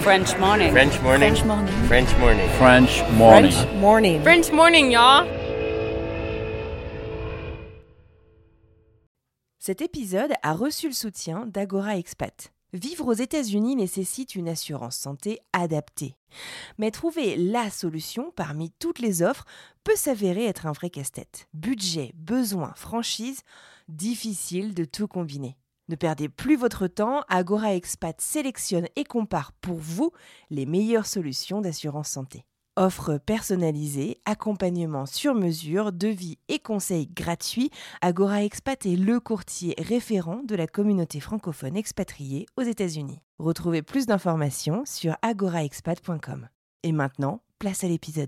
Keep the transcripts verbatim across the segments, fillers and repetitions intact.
French morning. French morning. French morning. French morning. French morning. French morning. French morning, y'all. Cet épisode a reçu le soutien d'Agora Expat. Vivre aux États-Unis nécessite une assurance santé adaptée. Mais trouver la solution parmi toutes les offres peut s'avérer être un vrai casse-tête. Budget, besoins, franchise, difficile de tout combiner. Ne perdez plus votre temps, Agora Expat sélectionne et compare pour vous les meilleures solutions d'assurance santé. Offres personnalisées, accompagnement sur mesure, devis et conseils gratuits, Agora Expat est le courtier référent de la communauté francophone expatriée aux États-Unis. Retrouvez plus d'informations sur agora expat point com. Et maintenant, place à l'épisode.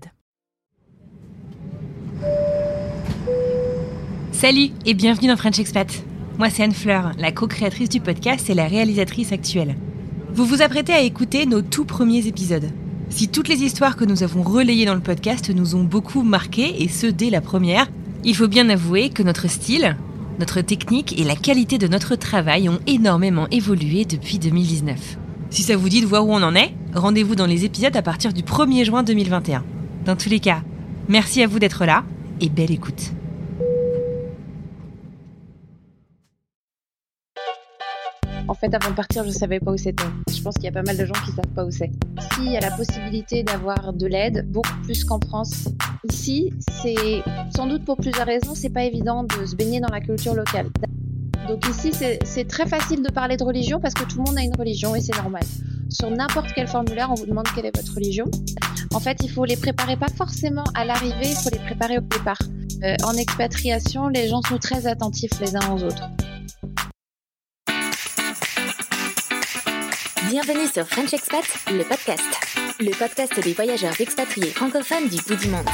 Salut et bienvenue dans French Expat. Moi c'est Anne Fleur, la co-créatrice du podcast et la réalisatrice actuelle. Vous vous apprêtez à écouter nos tout premiers épisodes. Si toutes les histoires que nous avons relayées dans le podcast nous ont beaucoup marqués, et ce dès la première, il faut bien avouer que notre style, notre technique et la qualité de notre travail ont énormément évolué depuis deux mille dix-neuf. Si ça vous dit de voir où on en est, rendez-vous dans les épisodes à partir du premier juin deux mille vingt et un. Dans tous les cas, merci à vous d'être là et belle écoute. En fait, avant de partir, je savais pas où c'était. Je pense qu'il y a pas mal de gens qui savent pas où c'est. Ici, il y a la possibilité d'avoir de l'aide, beaucoup plus qu'en France. Ici, c'est sans doute pour plusieurs raisons, c'est pas évident de se baigner dans la culture locale. Donc ici, c'est, c'est très facile de parler de religion parce que tout le monde a une religion et c'est normal. Sur n'importe quel formulaire, on vous demande quelle est votre religion. En fait, il faut les préparer pas forcément à l'arrivée, il faut les préparer au départ. Euh, en expatriation, les gens sont très attentifs les uns aux autres. Bienvenue sur French Expat, le podcast. Le podcast des voyageurs expatriés francophones du bout du monde.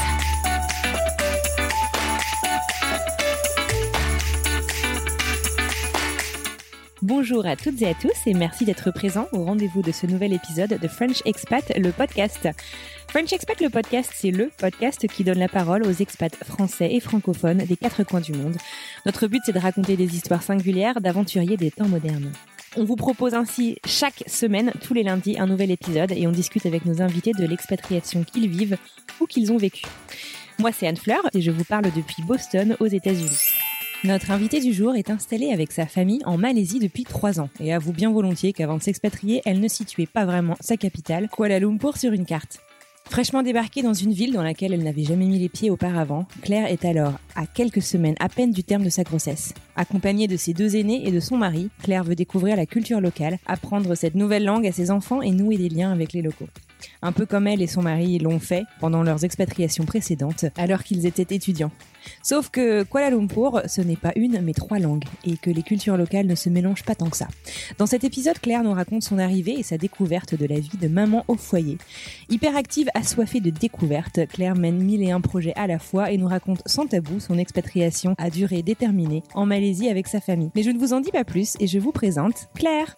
Bonjour à toutes et à tous et merci d'être présents au rendez-vous de ce nouvel épisode de French Expat, le podcast. French Expat, le podcast, c'est le podcast qui donne la parole aux expats français et francophones des quatre coins du monde. Notre but, c'est de raconter des histoires singulières d'aventuriers des temps modernes. On vous propose ainsi chaque semaine, tous les lundis, un nouvel épisode et on discute avec nos invités de l'expatriation qu'ils vivent ou qu'ils ont vécue. Moi, c'est Anne Fleur et je vous parle depuis Boston, aux États-Unis. Notre invitée du jour est installée avec sa famille en Malaisie depuis trois ans et avoue bien volontiers qu'avant de s'expatrier, elle ne situait pas vraiment sa capitale, Kuala Lumpur, sur une carte. Fraîchement débarquée dans une ville dans laquelle elle n'avait jamais mis les pieds auparavant, Claire est alors à quelques semaines à peine du terme de sa grossesse. Accompagnée de ses deux aînés et de son mari, Claire veut découvrir la culture locale, apprendre cette nouvelle langue à ses enfants et nouer des liens avec les locaux. Un peu comme elle et son mari l'ont fait pendant leurs expatriations précédentes, alors qu'ils étaient étudiants. Sauf que Kuala Lumpur, ce n'est pas une, mais trois langues, et que les cultures locales ne se mélangent pas tant que ça. Dans cet épisode, Claire nous raconte son arrivée et sa découverte de la vie de maman au foyer. Hyperactive, assoiffée de découvertes, Claire mène mille et un projets à la fois et nous raconte sans tabou son expatriation à durée déterminée en Malaisie avec sa famille. Mais je ne vous en dis pas plus et je vous présente Claire.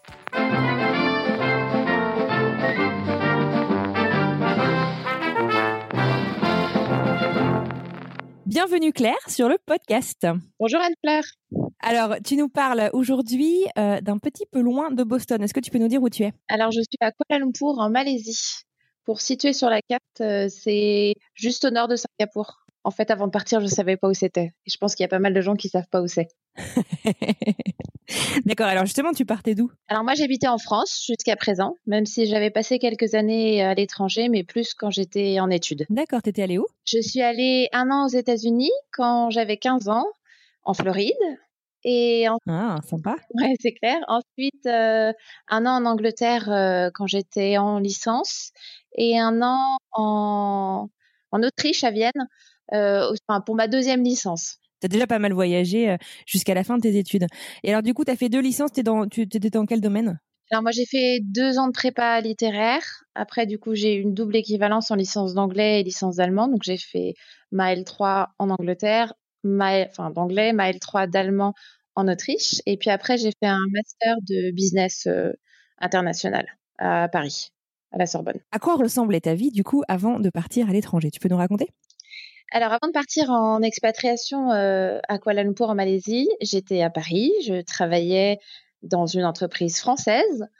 Bienvenue Claire sur le podcast. Bonjour Anne-Claire. Alors, tu nous parles aujourd'hui euh, d'un petit peu loin de Boston. Est-ce que tu peux nous dire où tu es ? Alors, je suis à Kuala Lumpur, en Malaisie. Pour situer sur la carte, euh, c'est juste au nord de Singapour. En fait, avant de partir, je ne savais pas où c'était. Et je pense qu'il y a pas mal de gens qui ne savent pas où c'est. D'accord, alors justement, tu partais d'où ? Alors moi, j'habitais en France jusqu'à présent, même si j'avais passé quelques années à l'étranger, mais plus quand j'étais en études. D'accord, t'étais allée où ? Je suis allée un an aux États-Unis quand j'avais quinze ans, en Floride. Et en... Ah, sympa. Ouais, c'est clair. Ensuite, euh, un an en Angleterre euh, quand j'étais en licence et un an en, en Autriche, à Vienne, euh, enfin, pour ma deuxième licence. T'as déjà pas mal voyagé euh, jusqu'à la fin de tes études. Et alors, du coup, t'as fait deux licences, t'es dans, tu étais dans quel domaine ? Alors, moi, j'ai fait deux ans de prépa littéraire. Après, du coup, j'ai eu une double équivalence en licence d'anglais et licence d'allemand. Donc, j'ai fait ma L trois en Angleterre, ma, enfin, d'anglais, ma L trois d'allemand en Autriche. Et puis après, j'ai fait un master de business euh, international à Paris, à la Sorbonne. À quoi ressemblait ta vie, du coup, avant de partir à l'étranger ? Tu peux nous raconter ? Alors, avant de partir en expatriation euh, à Kuala Lumpur, en Malaisie, j'étais à Paris. Je travaillais dans une entreprise française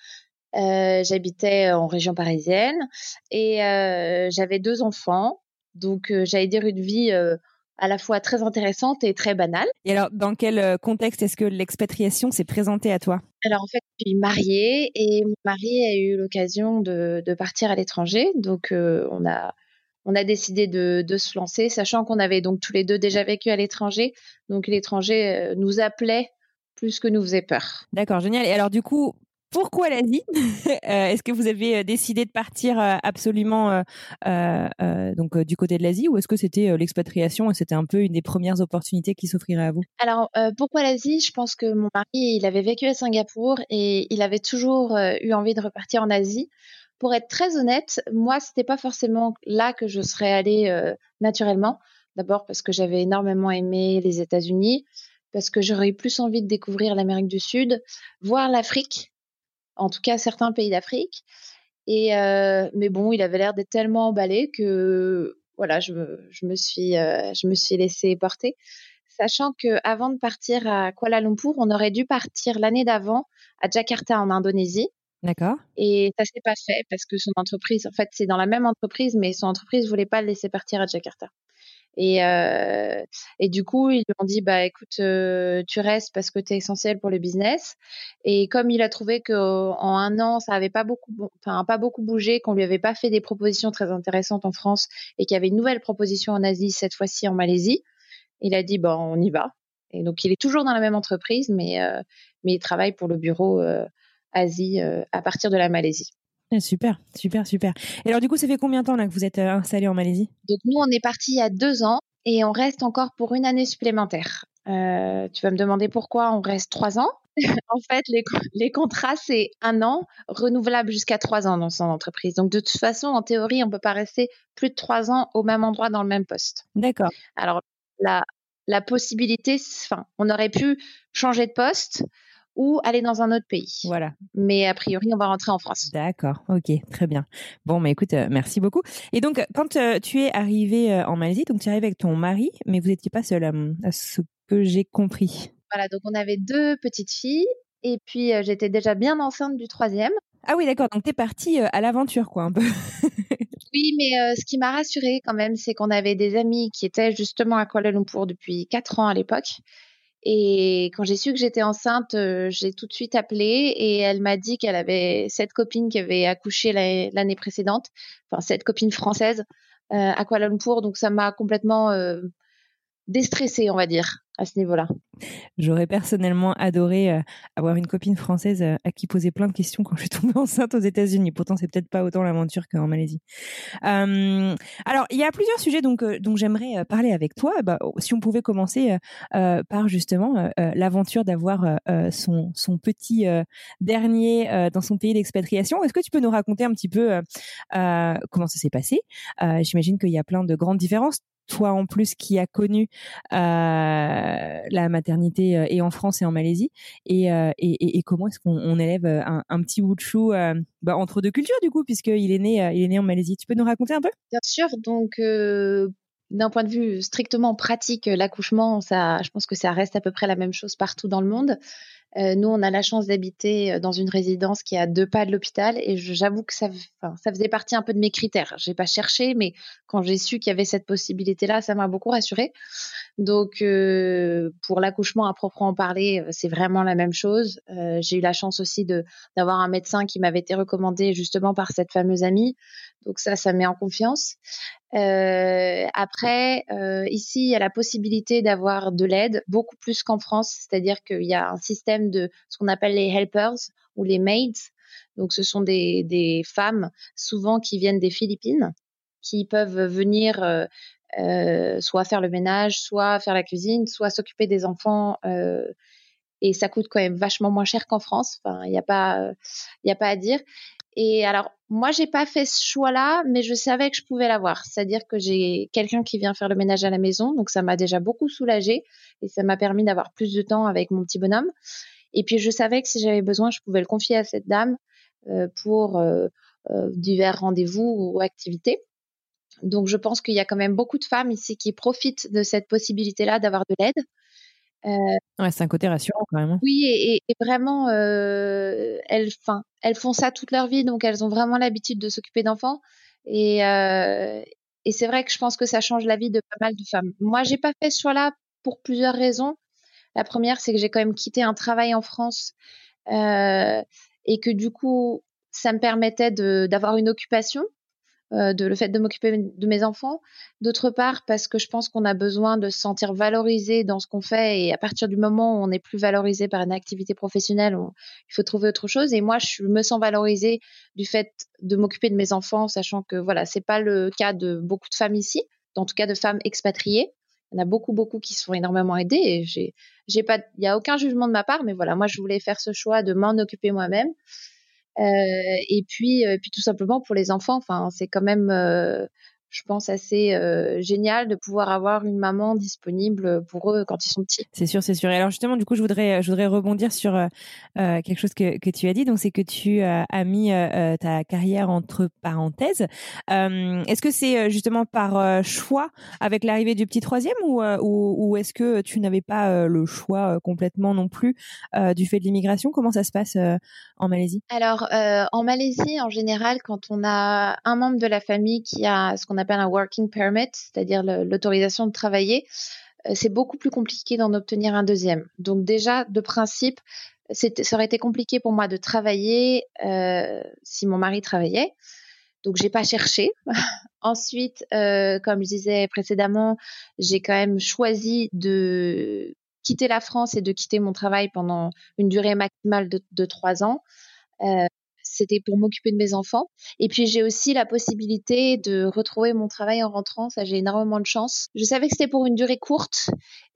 Euh, j'habitais en région parisienne et euh, j'avais deux enfants. Donc, euh, j'allais dire une vie euh, à la fois très intéressante et très banale. Et alors, dans quel euh, contexte est-ce que l'expatriation s'est présentée à toi? Alors, en fait, je suis mariée et mon mari a eu l'occasion de, de partir à l'étranger. Donc, euh, on a, on a décidé de, de se lancer, sachant qu'on avait donc tous les deux déjà vécu à l'étranger. Donc, l'étranger euh, nous appelait plus que nous faisait peur. D'accord, génial. Et alors, du coup, pourquoi l'Asie? Euh, Est-ce que vous avez euh, décidé de partir euh, absolument euh, euh, euh, donc euh, du côté de l'Asie, ou est-ce que c'était euh, l'expatriation et c'était un peu une des premières opportunités qui s'offrirait à vous? Alors, euh, pourquoi l'Asie? Je pense que mon mari, il avait vécu à Singapour et il avait toujours euh, eu envie de repartir en Asie. Pour être très honnête, moi, c'était pas forcément là que je serais allée euh, naturellement. D'abord parce que j'avais énormément aimé les États-Unis, parce que j'aurais eu plus envie de découvrir l'Amérique du Sud, voir l'Afrique, en tout cas certains pays d'Afrique. Et euh, mais bon, il avait l'air d'être tellement emballé que voilà, je me, je me suis, euh, je me suis laissée porter. Sachant que avant de partir à Kuala Lumpur, on aurait dû partir l'année d'avant à Jakarta en Indonésie. D'accord. Et ça s'est pas fait parce que son entreprise, en fait, c'est dans la même entreprise, mais son entreprise voulait pas le laisser partir à Jakarta. Et, euh, et du coup, ils lui ont dit, bah, écoute, euh, tu restes parce que tu es essentiel pour le business. Et comme il a trouvé qu'en un an, ça avait pas beaucoup, enfin, pas beaucoup bougé, qu'on lui avait pas fait des propositions très intéressantes en France et qu'il y avait une nouvelle proposition en Asie, cette fois-ci en Malaisie, il a dit, bon, on y va. Et donc, il est toujours dans la même entreprise, mais, euh, mais il travaille pour le bureau euh, Asie euh, à partir de la Malaisie. Ah, super, super, super. Et alors, du coup, ça fait combien de temps là que vous êtes euh, installé en Malaisie? Donc, nous, on est parti il y a deux ans et on reste encore pour une année supplémentaire. Euh, tu vas me demander pourquoi on reste trois ans. En fait, les, les contrats, c'est un an, renouvelable jusqu'à trois ans dans son entreprise. Donc, de toute façon, en théorie, on ne peut pas rester plus de trois ans au même endroit dans le même poste. D'accord. Alors, la, la possibilité, enfin, on aurait pu changer de poste ou aller dans un autre pays. Voilà. Mais a priori, on va rentrer en France. D'accord, ok, très bien. Bon, mais écoute, euh, merci beaucoup. Et donc, quand euh, tu es arrivée euh, en Malaisie, donc tu es arrivée avec ton mari, mais vous n'étiez pas seule, euh, à ce que j'ai compris. Voilà, donc on avait deux petites filles et puis euh, j'étais déjà bien enceinte du troisième. Ah oui, d'accord, donc tu es partie euh, à l'aventure, quoi, un peu. Oui, mais euh, ce qui m'a rassurée quand même, c'est qu'on avait des amis qui étaient justement à Kuala Lumpur depuis quatre ans à l'époque. Et quand j'ai su que j'étais enceinte, euh, j'ai tout de suite appelé et elle m'a dit qu'elle avait cette copine qui avait accouché la- l'année précédente, enfin cette copine française euh, à Kuala Lumpur. Donc ça m'a complètement euh, déstressée, on va dire, à ce niveau-là. J'aurais personnellement adoré euh, avoir une copine française euh, à qui poser plein de questions quand je suis tombée enceinte aux États-Unis. Pourtant, c'est peut-être pas autant l'aventure qu'en Malaisie. Euh, alors, il y a plusieurs sujets donc euh, dont j'aimerais euh, parler avec toi. Bah, si on pouvait commencer euh, euh, par justement euh, euh, l'aventure d'avoir euh, euh, son son petit euh, dernier euh, dans son pays d'expatriation. Est-ce que tu peux nous raconter un petit peu euh, euh, comment ça s'est passé? Euh, J'imagine qu'il y a plein de grandes différences. Toi en plus qui a connu euh, la maternité euh, et en France et en Malaisie, et, euh, et, et, et comment est-ce qu'on on élève un, un petit bout de chou euh, bah, entre deux cultures du coup, puisqu'il est né, euh, il est né en Malaisie. Tu peux nous raconter un peu? Bien sûr, donc euh, d'un point de vue strictement pratique, l'accouchement, ça, je pense que ça reste à peu près la même chose partout dans le monde. Euh, nous, on a la chance d'habiter euh, dans une résidence qui est à deux pas de l'hôpital et je- j'avoue que ça, enfin, ça faisait partie un peu de mes critères. J'ai pas cherché, mais quand j'ai su qu'il y avait cette possibilité-là, ça m'a beaucoup rassurée. Donc, euh, pour l'accouchement à proprement parler, euh, c'est vraiment la même chose. Euh, j'ai eu la chance aussi de d'avoir un médecin qui m'avait été recommandé justement par cette fameuse amie. Donc ça, ça met en confiance. Euh, après, euh, ici, il y a la possibilité d'avoir de l'aide, beaucoup plus qu'en France. C'est-à-dire qu'il y a un système de ce qu'on appelle les helpers ou les maids. Donc, ce sont des, des femmes, souvent qui viennent des Philippines, qui peuvent venir euh, euh, soit faire le ménage, soit faire la cuisine, soit s'occuper des enfants. Euh, et ça coûte quand même vachement moins cher qu'en France. Enfin, il n'y a pas, il y a pas à dire. Et alors, moi, j'ai pas fait ce choix-là, mais je savais que je pouvais l'avoir. C'est-à-dire que j'ai quelqu'un qui vient faire le ménage à la maison, donc ça m'a déjà beaucoup soulagée et ça m'a permis d'avoir plus de temps avec mon petit bonhomme. Et puis, je savais que si j'avais besoin, je pouvais le confier à cette dame euh, pour euh, euh, divers rendez-vous ou activités. Donc, je pense qu'il y a quand même beaucoup de femmes ici qui profitent de cette possibilité-là d'avoir de l'aide. Euh, Ouais, c'est un côté rassurant quand même. Hein. oui, et, et- et vraiment, euh, elles, enfin, elles font ça toute leur vie, donc elles ont vraiment l'habitude de s'occuper d'enfants. Et, euh, et c'est vrai que je pense que ça change la vie de pas mal de femmes. Moi, j'ai pas fait ce choix-là pour plusieurs raisons. La première, c'est que j'ai quand même quitté un travail en France euh, et que du coup, ça me permettait de d'avoir une occupation, euh, de le fait de m'occuper de mes enfants. D'autre part, parce que je pense qu'on a besoin de se sentir valorisé dans ce qu'on fait, et à partir du moment où on n'est plus valorisé par une activité professionnelle, on- il faut trouver autre chose. Et moi, je me sens valorisée du fait de m'occuper de mes enfants, sachant que voilà, c'est pas le cas de beaucoup de femmes ici, en tout cas de femmes expatriées. Il y en a beaucoup, beaucoup qui se font énormément aider. Et j'ai, j'ai pas, il y a aucun jugement de ma part, mais voilà, moi, je voulais faire ce choix de m'en occuper moi-même. Euh, et puis, euh, puis tout simplement pour les enfants, enfin, c'est quand même, euh, je pense, assez euh, génial de pouvoir avoir une maman disponible pour eux quand ils sont petits. C'est sûr, c'est sûr. Et alors justement, du coup, je voudrais, je voudrais rebondir sur euh, euh, quelque chose que, que tu as dit. Donc, c'est que tu euh, as mis euh, euh, ta carrière entre parenthèses. Euh, est-ce que c'est euh, justement par euh, choix avec l'arrivée du petit troisième ou, euh, ou, ou est-ce que tu n'avais pas euh, le choix euh, complètement non plus euh, du fait de l'immigration? Comment ça se passe euh, en Malaisie? Alors, euh, en Malaisie, en général, quand on a un membre de la famille qui a ce qu'on appelle un working permit, c'est-à-dire le- l'autorisation de travailler, euh, c'est beaucoup plus compliqué d'en obtenir un deuxième. Donc déjà, de principe, c'était- ça aurait été compliqué pour moi de travailler euh, si mon mari travaillait. Donc, j'ai pas cherché. Ensuite, euh, comme je disais précédemment, j'ai quand même choisi de quitter la France et de quitter mon travail pendant une durée maximale de, de trois ans. Euh, C'était pour m'occuper de mes enfants. Et puis, j'ai aussi la possibilité de retrouver mon travail en rentrant. Ça, j'ai énormément de chance. Je savais que c'était pour une durée courte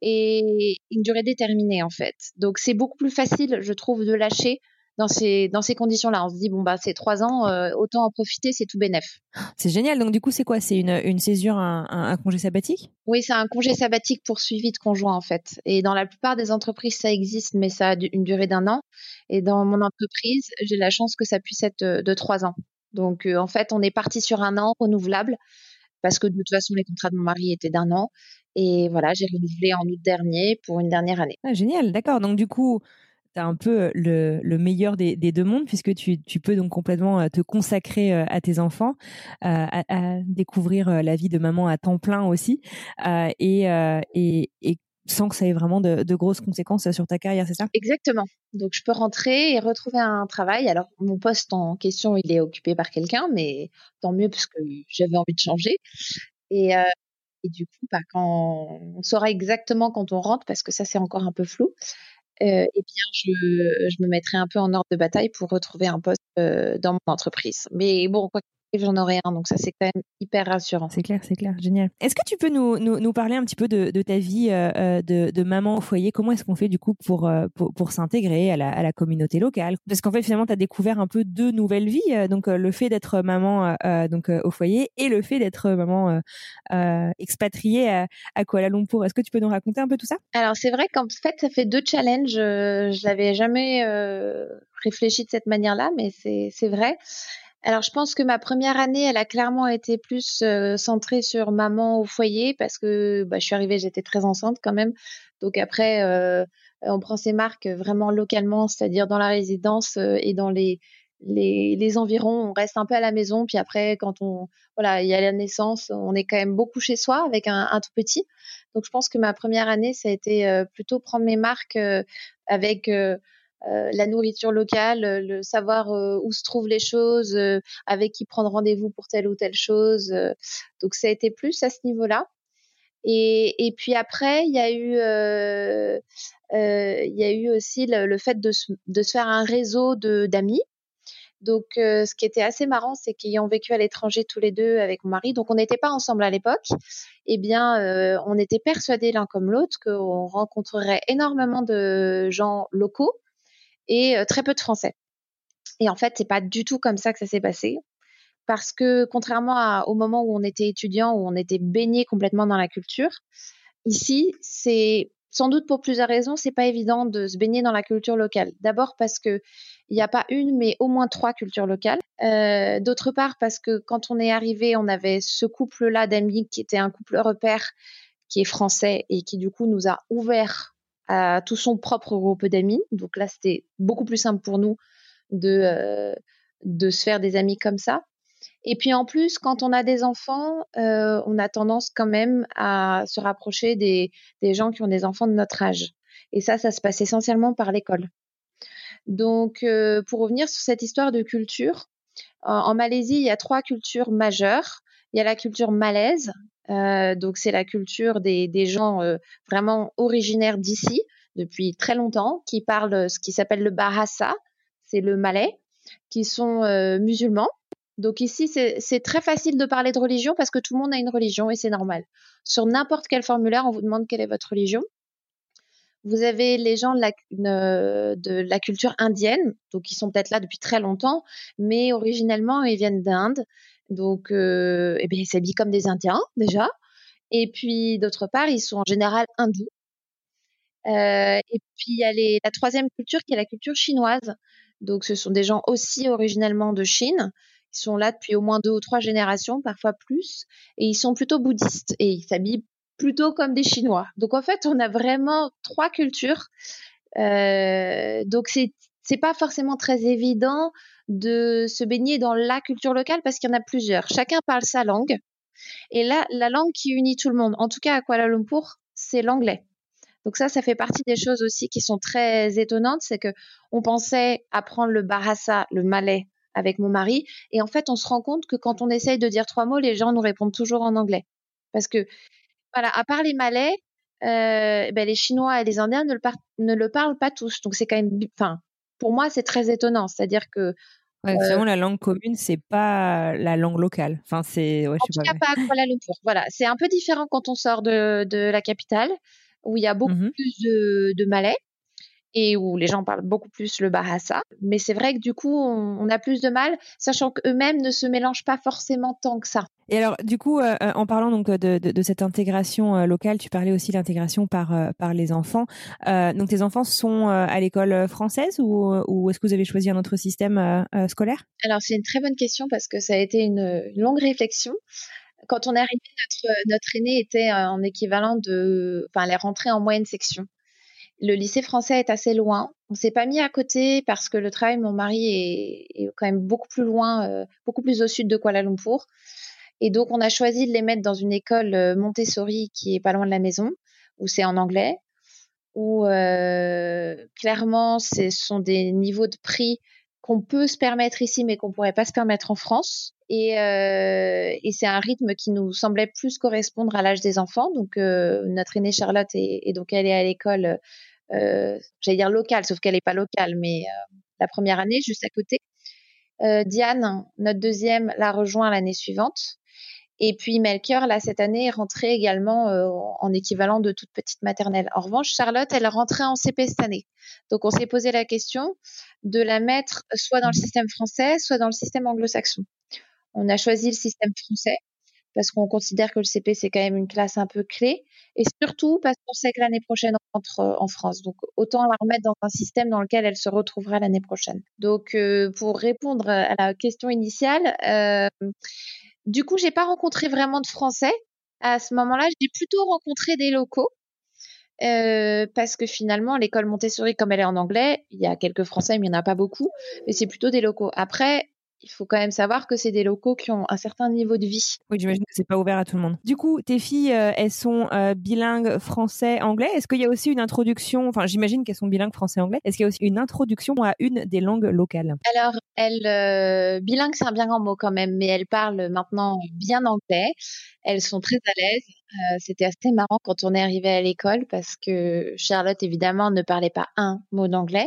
et une durée déterminée, en fait. Donc, c'est beaucoup plus facile, je trouve, de lâcher dans ces, dans ces conditions-là. On se dit, bon, bah, c'est trois ans, euh, autant en profiter, c'est tout bénef. C'est génial. Donc, du coup, c'est quoi? C'est une, une césure, un, un, un congé sabbatique? Oui, c'est un congé sabbatique poursuivi de conjoint, en fait. Et dans la plupart des entreprises, ça existe, mais ça a du- une durée d'un an. Et dans mon entreprise, j'ai la chance que ça puisse être de, de trois ans. Donc, euh, en fait, on est parti sur un an renouvelable parce que de toute façon, les contrats de mon mari étaient d'un an. Et voilà, j'ai renouvelé en août dernier pour une dernière année. Ah, génial. D'accord. Donc, du coup, tu as un peu le, le meilleur des, des deux mondes puisque tu, tu peux donc complètement euh, te consacrer euh, à tes enfants, euh, à, à découvrir euh, la vie de maman à temps plein aussi euh, et, euh, et, et sans que ça ait vraiment de, de grosses conséquences sur ta carrière, c'est ça? Exactement. Donc, je peux rentrer et retrouver un travail. Alors, mon poste en question, il est occupé par quelqu'un, mais tant mieux parce que j'avais envie de changer. Et, euh, et du coup, bah, quand on saura exactement quand on rentre, parce que ça, c'est encore un peu flou, euh, eh bien, je, je me mettrai un peu en ordre de bataille pour retrouver un poste euh, dans mon entreprise. Mais bon, quoi qu'il arrive, j'en aurai un, donc ça, c'est quand même hyper rassurant. C'est clair, c'est clair, génial. Est-ce que tu peux nous, nous, nous parler un petit peu de, de ta vie euh, euh, de, de maman au foyer? Comment est-ce qu'on fait du coup pour, euh, pour, pour s'intégrer à la, à la communauté locale? Parce qu'en fait, finalement, tu as découvert un peu deux nouvelles vies. euh, donc, euh, le fait d'être maman euh, euh, donc, euh, au foyer et le fait d'être maman euh, euh, expatriée à, à Kuala Lumpur. Est-ce que tu peux nous raconter un peu tout ça? Alors, c'est vrai qu'en fait, ça fait deux challenges. Euh, je l'avais jamais euh, réfléchi de cette manière-là, mais c'est c'est vrai. Alors, je pense que ma première année, elle a clairement été plus euh, centrée sur maman au foyer parce que bah, je suis arrivée, j'étais très enceinte quand même. Donc après, euh, on prend ses marques vraiment localement, c'est-à-dire dans la résidence euh, et dans les, les les environs. On reste un peu à la maison. Puis après, quand on voilà, il y a la naissance, on est quand même beaucoup chez soi avec un, un tout petit. Donc, je pense que ma première année, ça a été euh, plutôt prendre mes marques euh, avec euh, euh, la nourriture locale, euh, le savoir euh, où se trouvent les choses, euh, avec qui prendre rendez-vous pour telle ou telle chose. euh. Donc, ça a été plus à ce niveau-là. Et, et puis après, il y a eu, euh, euh, il y a eu aussi le, le fait de se, de se faire un réseau de d'amis. Donc, euh, ce qui était assez marrant, c'est qu'ayant vécu à l'étranger tous les deux avec mon mari, donc on n'était pas ensemble à l'époque, eh bien, euh, on était persuadés l'un comme l'autre qu'on rencontrerait énormément de gens locaux et euh, très peu de Français. Et en fait, c'est pas du tout comme ça que ça s'est passé, parce que contrairement à, au moment où on était étudiant, où on était baigné complètement dans la culture, ici, c'est sans doute pour plusieurs raisons, c'est pas évident de se baigner dans la culture locale. D'abord parce que il n'y a pas une, mais au moins trois cultures locales. Euh, d'autre part parce que quand on est arrivé, on avait ce couple-là d'amis qui était un couple repère qui est français et qui du coup nous a ouvert a tout son propre groupe d'amis. Donc là, c'était beaucoup plus simple pour nous de, euh, de se faire des amis comme ça. Et puis en plus, quand on a des enfants, euh, on a tendance quand même à se rapprocher des, des gens qui ont des enfants de notre âge. Et ça, ça se passe essentiellement par l'école. Donc, euh, pour revenir sur cette histoire de culture, en, en Malaisie, il y a trois cultures majeures. Il y a la culture malaise, euh, donc c'est la culture des, des gens euh, vraiment originaires d'ici depuis très longtemps, qui parlent ce qui s'appelle le Bahasa, c'est le malais, qui sont euh, musulmans. Donc ici, c'est, c'est très facile de parler de religion parce que tout le monde a une religion et c'est normal. Sur n'importe quel formulaire, on vous demande quelle est votre religion. Vous avez les gens de la, de la culture indienne, donc ils sont peut-être là depuis très longtemps, mais originellement, ils viennent d'Inde. Donc, euh, eh bien, ils s'habillent comme des Indiens, déjà. Et puis, d'autre part, ils sont en général hindous. Euh, et puis, il y a les, la troisième culture qui est la culture chinoise. Donc, ce sont des gens aussi originellement de Chine. Ils sont là depuis au moins deux ou trois générations, parfois plus. Et ils sont plutôt bouddhistes. Et ils s'habillent plutôt comme des Chinois. Donc, en fait, on a vraiment trois cultures. Euh, donc, c'est, c'est pas forcément très évident de se baigner dans la culture locale parce qu'il y en a plusieurs. Chacun parle sa langue. Et là, la langue qui unit tout le monde, en tout cas à Kuala Lumpur, c'est l'anglais. Donc ça, ça fait partie des choses aussi qui sont très étonnantes, c'est que on pensait apprendre le bahasa, le malais, avec mon mari, et en fait, on se rend compte que quand on essaye de dire trois mots, les gens nous répondent toujours en anglais, parce que voilà, à part les malais, euh, ben, les Chinois et les Indiens ne le, par- ne le parlent pas tous, donc c'est quand même, enfin, pour moi, c'est très étonnant, c'est-à-dire que Ouais, euh, finalement, la langue commune, c'est pas la langue locale. Enfin, c'est, ouais, en je tout sais cas pas. Ouais. pas à Kuala Lumpur. Voilà, c'est un peu différent quand on sort de, de la capitale, où il y a beaucoup Mhm. plus de, de malais. Et où les gens parlent beaucoup plus le bahasa. Mais c'est vrai que du coup, on, on a plus de mal, sachant qu'eux-mêmes ne se mélangent pas forcément tant que ça. Et alors, du coup, euh, euh, en parlant donc de, de, de cette intégration euh, locale, tu parlais aussi de l'intégration par euh, par les enfants. Euh, donc, tes enfants sont euh, à l'école française ou, ou est-ce que vous avez choisi un autre système euh, euh, scolaire? Alors, c'est une très bonne question parce que ça a été une, une longue réflexion. Quand on est arrivé, notre, notre aîné était en équivalent de... Enfin, elle est rentrée en moyenne section. Le lycée français est assez loin. On s'est pas mis à côté parce que le travail de mon mari est, est quand même beaucoup plus loin, euh, beaucoup plus au sud de Kuala Lumpur. Et donc, on a choisi de les mettre dans une école euh, Montessori qui est pas loin de la maison, où c'est en anglais, où euh, clairement, ce sont des niveaux de prix qu'on peut se permettre ici, mais qu'on pourrait pas se permettre en France. Et, euh, et c'est un rythme qui nous semblait plus correspondre à l'âge des enfants. Donc, euh, notre aînée Charlotte, est, et donc elle est à l'école, euh, j'allais dire locale, sauf qu'elle n'est pas locale, mais euh, la première année, juste à côté. Euh, Diane, notre deuxième, l'a rejoint l'année suivante. Et puis Melchior, là, cette année, est rentré également euh, en équivalent de toute petite maternelle. En revanche, Charlotte, elle est rentrée en C P cette année. Donc, on s'est posé la question de la mettre soit dans le système français, soit dans le système anglo-saxon. On a choisi le système français parce qu'on considère que le C P, c'est quand même une classe un peu clé. Et surtout parce qu'on sait que l'année prochaine, on rentre euh, en France. Donc, autant la remettre dans un système dans lequel elle se retrouvera l'année prochaine. Donc, euh, pour répondre à la question initiale, euh, du coup, j'ai pas rencontré vraiment de Français. À ce moment-là, j'ai plutôt rencontré des locaux. Euh, parce que finalement, l'école Montessori, comme elle est en anglais, il y a quelques Français, mais il n'y en a pas beaucoup. Mais c'est plutôt des locaux. Après, il faut quand même savoir que c'est des locaux qui ont un certain niveau de vie. Oui, j'imagine que c'est pas ouvert à tout le monde. Du coup, tes filles, euh, elles sont euh, bilingues français-anglais. Est-ce qu'il y a aussi une introduction, enfin, j'imagine qu'elles sont bilingues français-anglais. Est-ce qu'il y a aussi une introduction à une des langues locales? Alors, elle, euh, bilingue, c'est un bien grand mot quand même, mais elle parle maintenant bien anglais. Elles sont très à l'aise. Euh, c'était assez marrant quand on est arrivé à l'école parce que Charlotte, évidemment, ne parlait pas un mot d'anglais.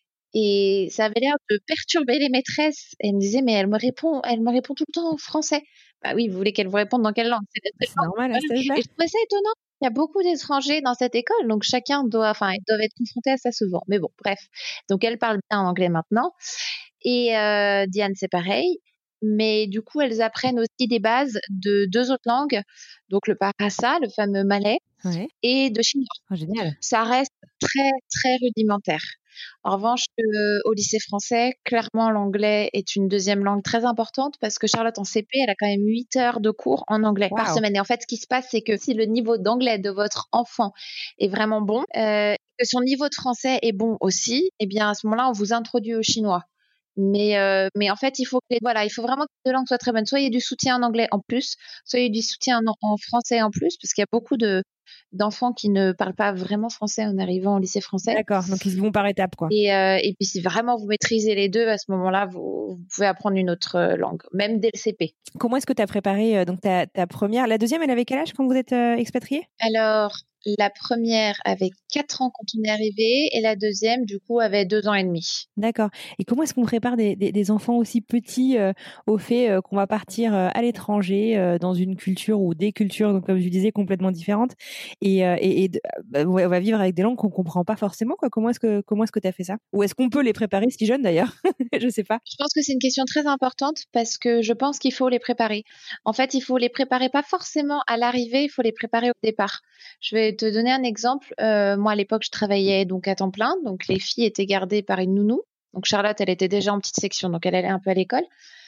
Et ça avait l'air de perturber les maîtresses. Elle me disait, mais elle me répond, elle me répond tout le temps en français. Bah oui, vous voulez qu'elle vous réponde dans quelle langue? C'est la seule C'est langue. normal à Voilà. cet âge-là. Et je trouvais ça étonnant. Il y a beaucoup d'étrangers dans cette école, donc chacun doit, enfin, ils doivent être confrontés à ça souvent. Mais bon, bref. Donc elle parle bien en anglais maintenant. Et euh, Diane, c'est pareil. Mais du coup, elles apprennent aussi des bases de deux autres langues, donc le Bahasa, le fameux malais, Ouais. et de chinois. Oh, génial. Ça reste très, très rudimentaire. En revanche, euh, au lycée français, clairement, l'anglais est une deuxième langue très importante parce que Charlotte, en C P, elle a quand même huit heures de cours en anglais par Waouh. semaine. Et en fait, ce qui se passe, c'est que si le niveau d'anglais de votre enfant est vraiment bon, euh, que son niveau de français est bon aussi, eh bien à ce moment-là, on vous introduit au chinois. Mais, euh, mais en fait, il faut que, voilà, il faut vraiment que les deux langues soient très bonnes. Soit il y a du soutien en anglais en plus, soit il y a du soutien en, en français en plus, parce qu'il y a beaucoup de, d'enfants qui ne parlent pas vraiment français en arrivant au lycée français. D'accord, donc ils vont par étapes, quoi. Et, euh, et puis si vraiment vous maîtrisez les deux, à ce moment-là, vous, vous pouvez apprendre une autre euh, langue, même dès le C P. Comment est-ce que tu as préparé euh, donc ta, ta première, la deuxième, elle avait quel âge quand vous êtes euh, expatriés? Alors, la première avait quatre ans quand on est arrivé et la deuxième, du coup, avait deux ans et demi. D'accord. Et comment est-ce qu'on prépare des, des, des enfants aussi petits euh, au fait euh, qu'on va partir euh, à l'étranger euh, dans une culture ou des cultures, donc comme je disais, complètement différentes et, euh, et, et bah, on va vivre avec des langues qu'on comprend pas forcément, quoi. Comment est-ce que comment est-ce que tu as fait ça? Ou est-ce qu'on peut les préparer si jeunes d'ailleurs? Je sais pas. Je pense que c'est une question très importante parce que je pense qu'il faut les préparer. En fait, il faut les préparer pas forcément à l'arrivée, il faut les préparer au départ. Je vais te donner un exemple. Euh, moi, à l'époque, je travaillais donc à temps plein, donc les filles étaient gardées par une nounou. Donc Charlotte, elle était déjà en petite section, donc elle allait un peu à l'école.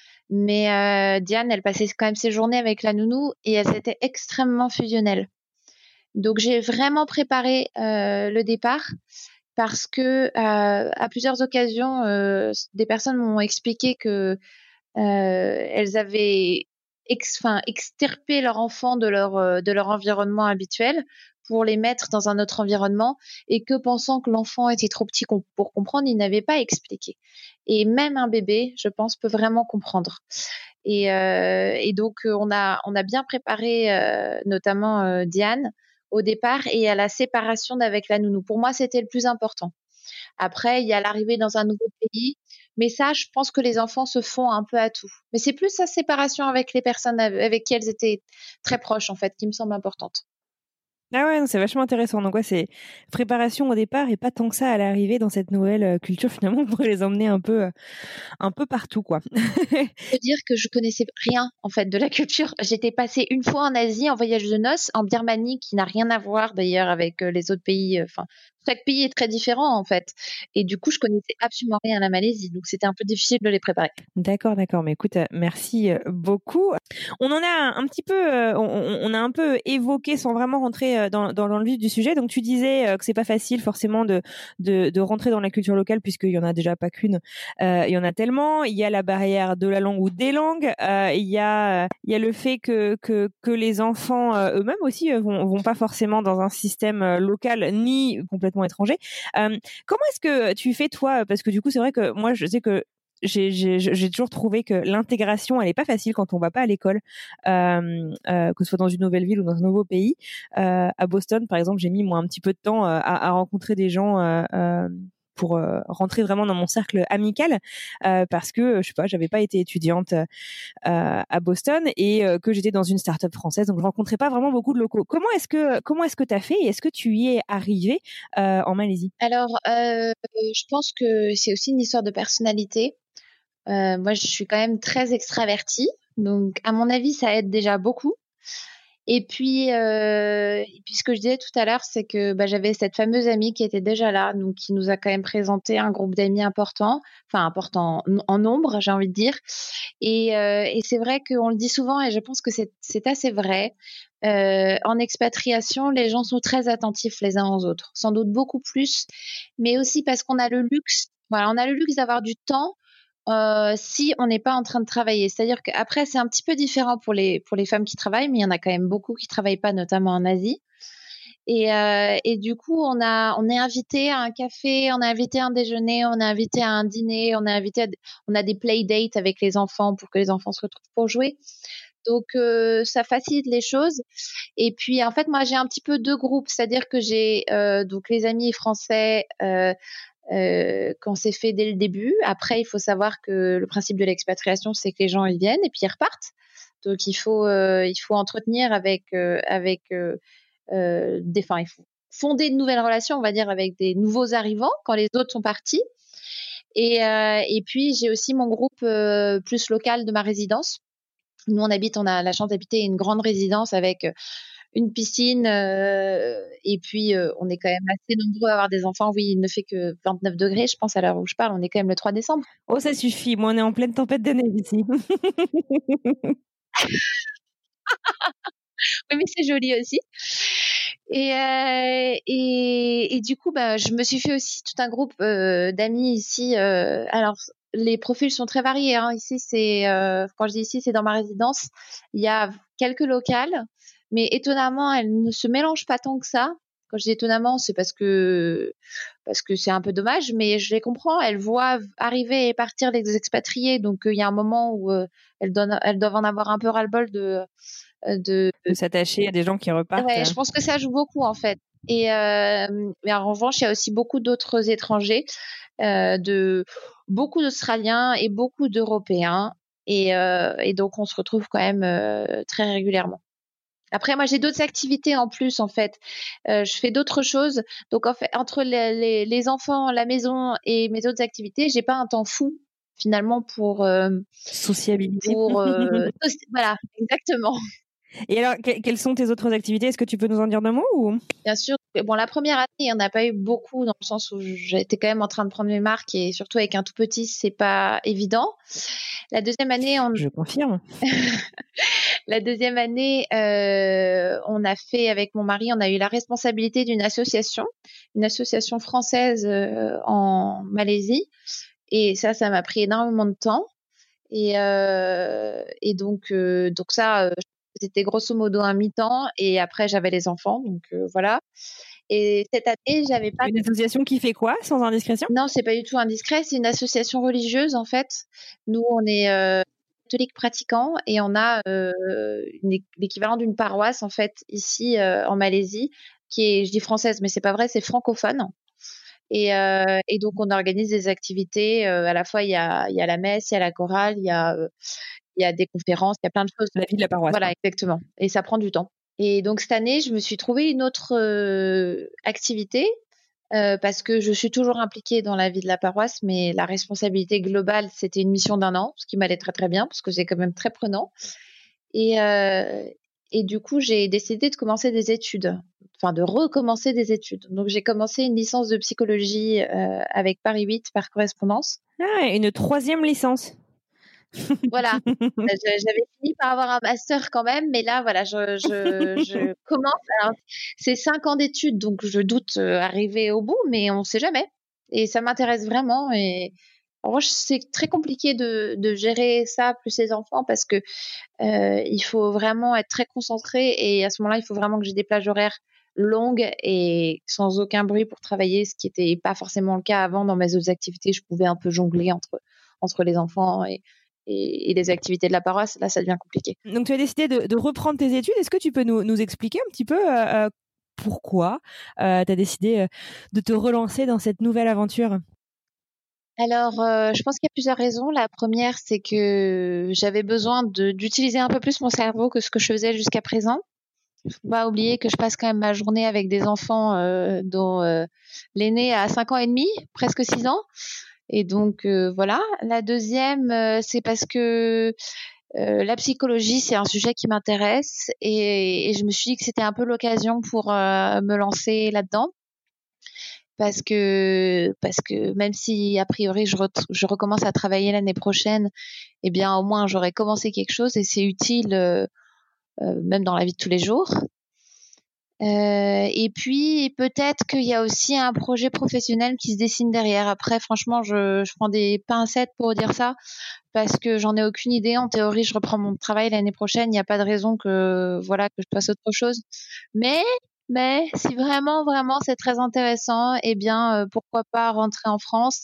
Mais euh, Diane, elle passait quand même ses journées avec la nounou et elles étaient extrêmement fusionnelles. Donc j'ai vraiment préparé euh, le départ parce que euh, à plusieurs occasions, euh, des personnes m'ont expliqué que euh, elles avaient ex, enfin, extirpé leur enfant de leur, euh, de leur environnement habituel pour les mettre dans un autre environnement et que pensant que l'enfant était trop petit pour comprendre, ils n'avaient pas expliqué. Et même un bébé, je pense, peut vraiment comprendre. Et, euh, et donc, on a, on a bien préparé, euh, notamment euh, Diane, au départ et à la séparation d'avec la nounou. Pour moi, c'était le plus important. Après, il y a l'arrivée dans un nouveau pays. Mais ça, je pense que les enfants se font un peu à tout. Mais c'est plus sa séparation avec les personnes avec qui elles étaient très proches, en fait, qui me semble importante. Ah ouais, non, c'est vachement intéressant. Donc ouais, c'est préparation au départ et pas tant que ça à l'arrivée dans cette nouvelle euh, culture finalement pour les emmener un peu, euh, un peu partout, quoi. Je peux dire que je connaissais rien en fait de la culture. J'étais passée une fois en Asie en voyage de noces, en Birmanie, qui n'a rien à voir d'ailleurs avec euh, les autres pays. Enfin, chaque pays est très différent en fait. Et du coup, je connaissais absolument rien à la Malaisie, donc c'était un peu difficile de les préparer. D'accord, d'accord. Mais écoute, euh, merci euh, beaucoup. On en a un petit peu, euh, on, on a un peu évoqué sans vraiment rentrer euh, dans, dans, dans le vif du sujet. Donc tu disais euh, que c'est pas facile forcément de, de, de rentrer dans la culture locale puisqu'il y en a déjà pas qu'une. Euh, il y en a tellement. Il y a la barrière de la langue ou des langues. Euh, il y a, il y a le fait que que, que les enfants euh, eux-mêmes aussi euh, vont, vont pas forcément dans un système euh, local ni complètement étranger. Euh, comment est-ce que tu fais toi? Parce que du coup, c'est vrai que moi, je sais que j'ai, j'ai, j'ai toujours trouvé que l'intégration, elle est pas facile quand on va pas à l'école, euh, euh, que ce soit dans une nouvelle ville ou dans un nouveau pays. Euh, à Boston, par exemple, j'ai mis moi un petit peu de temps euh, à, à rencontrer des gens. Euh, euh, pour euh, rentrer vraiment dans mon cercle amical euh, parce que je sais pas, j'avais pas été étudiante euh, à Boston et euh, que j'étais dans une start-up française, donc je rencontrais pas vraiment beaucoup de locaux. Comment est-ce que comment est-ce que t'as fait et est-ce que tu y es arrivé euh, en Malaisie? Alors, euh, je pense que c'est aussi une histoire de personnalité. Euh, moi, je suis quand même très extravertie, donc à mon avis, ça aide déjà beaucoup. Et puis, euh, et puis ce que je disais tout à l'heure, c'est que bah, j'avais cette fameuse amie qui était déjà là, donc qui nous a quand même présenté un groupe d'amis important, enfin important en, en nombre, j'ai envie de dire. Et, euh, et c'est vrai qu'on le dit souvent, et je pense que c'est, c'est assez vrai. Euh, en expatriation, les gens sont très attentifs les uns aux autres, sans doute beaucoup plus, mais aussi parce qu'on a le luxe, voilà, on a le luxe d'avoir du temps. Euh, si on n'est pas en train de travailler. C'est-à-dire qu'après, c'est un petit peu différent pour les, pour les femmes qui travaillent, mais il y en a quand même beaucoup qui travaillent pas, notamment en Asie. Et, euh, et du coup, on, a, on est invité à un café, on est invité à un déjeuner, on est invité à un dîner, on est invité à, on a des play dates avec les enfants pour que les enfants se retrouvent pour jouer. Donc, euh, ça facilite les choses. Et puis, en fait, moi, j'ai un petit peu deux groupes. C'est-à-dire que j'ai euh, donc les amis français euh, Euh, qu'on s'est fait dès le début. Après, il faut savoir que le principe de l'expatriation, c'est que les gens ils viennent et puis ils repartent. Donc il faut euh, il faut entretenir avec euh, avec euh, euh, des, enfin il faut fonder de nouvelles relations, on va dire, avec des nouveaux arrivants quand les autres sont partis. Et euh, et puis j'ai aussi mon groupe euh, plus local de ma résidence. Nous on habite, on a la chance d'habiter une grande résidence avec une piscine euh, et puis euh, on est quand même assez nombreux à avoir des enfants. Oui, il ne fait que vingt-neuf degrés, je pense, à l'heure où je parle. On est quand même le trois décembre. Oh, ça suffit. Moi, on est en pleine tempête de neige ici. Oui, mais c'est joli aussi. Et, euh, et, et du coup, bah, je me suis fait aussi tout un groupe euh, d'amis ici. Euh, alors, les profils sont très variés. Hein. Ici, c'est euh, quand je dis ici, c'est dans ma résidence. Il y a quelques locales, mais étonnamment, elles ne se mélangent pas tant que ça. Quand je dis étonnamment, c'est parce que parce que c'est un peu dommage, mais je les comprends. Elles voient arriver et partir les expatriés, donc il euh, y a un moment où euh, elles, donnent, elles doivent en avoir un peu ras-le-bol de de, de s'attacher à des gens qui repartent. Ouais, je pense que ça joue beaucoup en fait. Et euh, mais en revanche, il y a aussi beaucoup d'autres étrangers, euh, de beaucoup d'Australiens et beaucoup d'Européens, et, euh, et donc on se retrouve quand même euh, très régulièrement. Après, moi, j'ai d'autres activités en plus, en fait. Euh, je fais d'autres choses. Donc, en fait, entre les, les, les enfants, la maison et mes autres activités, j'ai pas un temps fou, finalement, pour... Euh, sociabiliser. Pour, euh, voilà, exactement. Et alors, que, quelles sont tes autres activités? Est-ce que tu peux nous en dire deux mots ou... Bien sûr. Bon, la première année, il n'y en a pas eu beaucoup, dans le sens où j'étais quand même en train de prendre mes marques, et surtout avec un tout petit, c'est pas évident. La deuxième année, on... Je confirme. La deuxième année, euh, on a fait, avec mon mari, on a eu la responsabilité d'une association, une association française euh, en Malaisie. Et ça, ça m'a pris énormément de temps. Et, euh, et donc, euh, donc ça, euh, c'était grosso modo un mi-temps. Et après, j'avais les enfants. Donc euh, voilà. Et cette année, j'avais pas... Une association qui fait quoi, sans indiscrétion? Non, c'est pas du tout indiscret. C'est une association religieuse, en fait. Nous, on est... Euh, catholique pratiquant, et on a euh, une, l'équivalent d'une paroisse en fait ici euh, en Malaisie, qui est, je dis française mais c'est pas vrai, c'est francophone. Et, euh, et donc on organise des activités, euh, à la fois il y a, il y a la messe, il y a la chorale, il y a, euh, il y a des conférences, il y a plein de choses. La vie de la paroisse. Voilà, exactement. Et ça prend du temps. Et donc cette année, je me suis trouvé une autre euh, activité. Euh, parce que je suis toujours impliquée dans la vie de la paroisse, mais la responsabilité globale, c'était une mission d'un an, ce qui m'allait très très bien, parce que c'est quand même très prenant. Et, euh, et du coup, j'ai décidé de commencer des études, enfin de recommencer des études. Donc j'ai commencé une licence de psychologie euh, avec Paris huit par correspondance. Ah, une troisième licence. Voilà, j'avais fini par avoir un master quand même, mais là, voilà, je, je, je commence. Alors, c'est cinq ans d'études, donc je doute arriver au bout, mais on ne sait jamais. Et ça m'intéresse vraiment. Et en revanche, c'est très compliqué de, de gérer ça plus les enfants, parce que euh, il faut vraiment être très concentré, et à ce moment-là, il faut vraiment que j'ai des plages horaires longues et sans aucun bruit pour travailler, ce qui n'était pas forcément le cas avant. Dans mes autres activités, je pouvais un peu jongler entre entre les enfants et Et, et les activités de la paroisse. Là, ça devient compliqué. Donc, tu as décidé de, de reprendre tes études. Est-ce que tu peux nous, nous expliquer un petit peu euh, pourquoi euh, tu as décidé euh, de te relancer dans cette nouvelle aventure? Alors, euh, je pense qu'il y a plusieurs raisons. La première, c'est que j'avais besoin de, d'utiliser un peu plus mon cerveau que ce que je faisais jusqu'à présent. Il ne faut pas oublier que je passe quand même ma journée avec des enfants euh, dont euh, l'aîné a cinq ans et demi, presque six ans. Et donc, euh, voilà. La deuxième, euh, c'est parce que euh, la psychologie, c'est un sujet qui m'intéresse, et, et je me suis dit que c'était un peu l'occasion pour euh, me lancer là-dedans. Parce que, parce que même si, a priori, je, re- je recommence à travailler l'année prochaine, eh bien, au moins, j'aurais commencé quelque chose, et c'est utile, euh, euh, même dans la vie de tous les jours. Euh, et puis peut-être qu'il y a aussi un projet professionnel qui se dessine derrière. Après, franchement, je, je prends des pincettes pour dire ça, parce que j'en ai aucune idée. En théorie, je reprends mon travail l'année prochaine. Il n'y a pas de raison que voilà que je fasse autre chose. Mais mais si vraiment vraiment c'est très intéressant, eh bien euh, pourquoi pas rentrer en France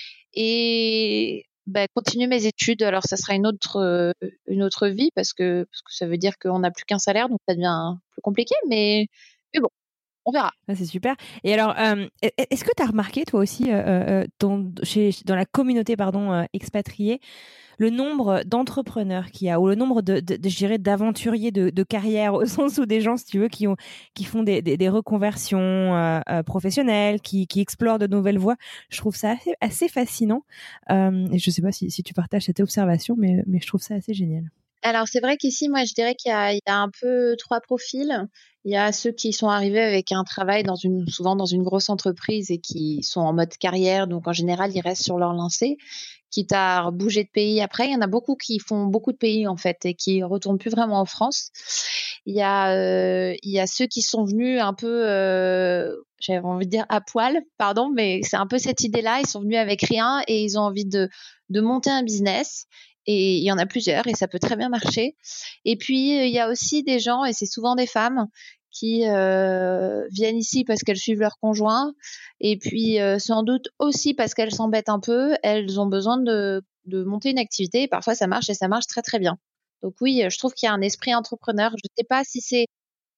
et bah, continuer mes études. Alors ça sera une autre euh, une autre vie, parce que parce que ça veut dire qu'on n'a plus qu'un salaire, donc ça devient plus compliqué. Mais mais bon, on verra. Ah, c'est super. Et alors, euh, est-ce que tu as remarqué, toi aussi, euh, euh, dans, chez, dans la communauté pardon, euh, expatriée, le nombre d'entrepreneurs qu'il y a, ou le nombre de, de, de je dirais, d'aventuriers de, de carrière, au sens où des gens, si tu veux, qui, ont, qui font des, des, des reconversions euh, euh, professionnelles, qui, qui explorent de nouvelles voies. Je trouve ça assez, assez fascinant. Euh, et je ne sais pas si, si tu partages cette observation, mais, mais je trouve ça assez génial. Alors, c'est vrai qu'ici, moi, je dirais qu'il y a, il y a un peu trois profils. Il y a ceux qui sont arrivés avec un travail dans une, souvent dans une grosse entreprise, et qui sont en mode carrière. Donc, en général, ils restent sur leur lancée, quitte à bouger de pays après. Il y en a beaucoup qui font beaucoup de pays en fait et qui retournent plus vraiment en France. Il y a, euh, il y a ceux qui sont venus un peu, euh, j'avais envie de dire à poil, pardon, mais c'est un peu cette idée-là. Ils sont venus avec rien et ils ont envie de, de monter un business. Et il y en a plusieurs et ça peut très bien marcher. Et puis, il y a aussi des gens, et c'est souvent des femmes, qui euh, viennent ici parce qu'elles suivent leur conjoint. Et puis, euh, sans doute aussi parce qu'elles s'embêtent un peu, elles ont besoin de, de monter une activité. Et parfois, ça marche et ça marche très, très bien. Donc oui, je trouve qu'il y a un esprit entrepreneur. Je ne sais pas si c'est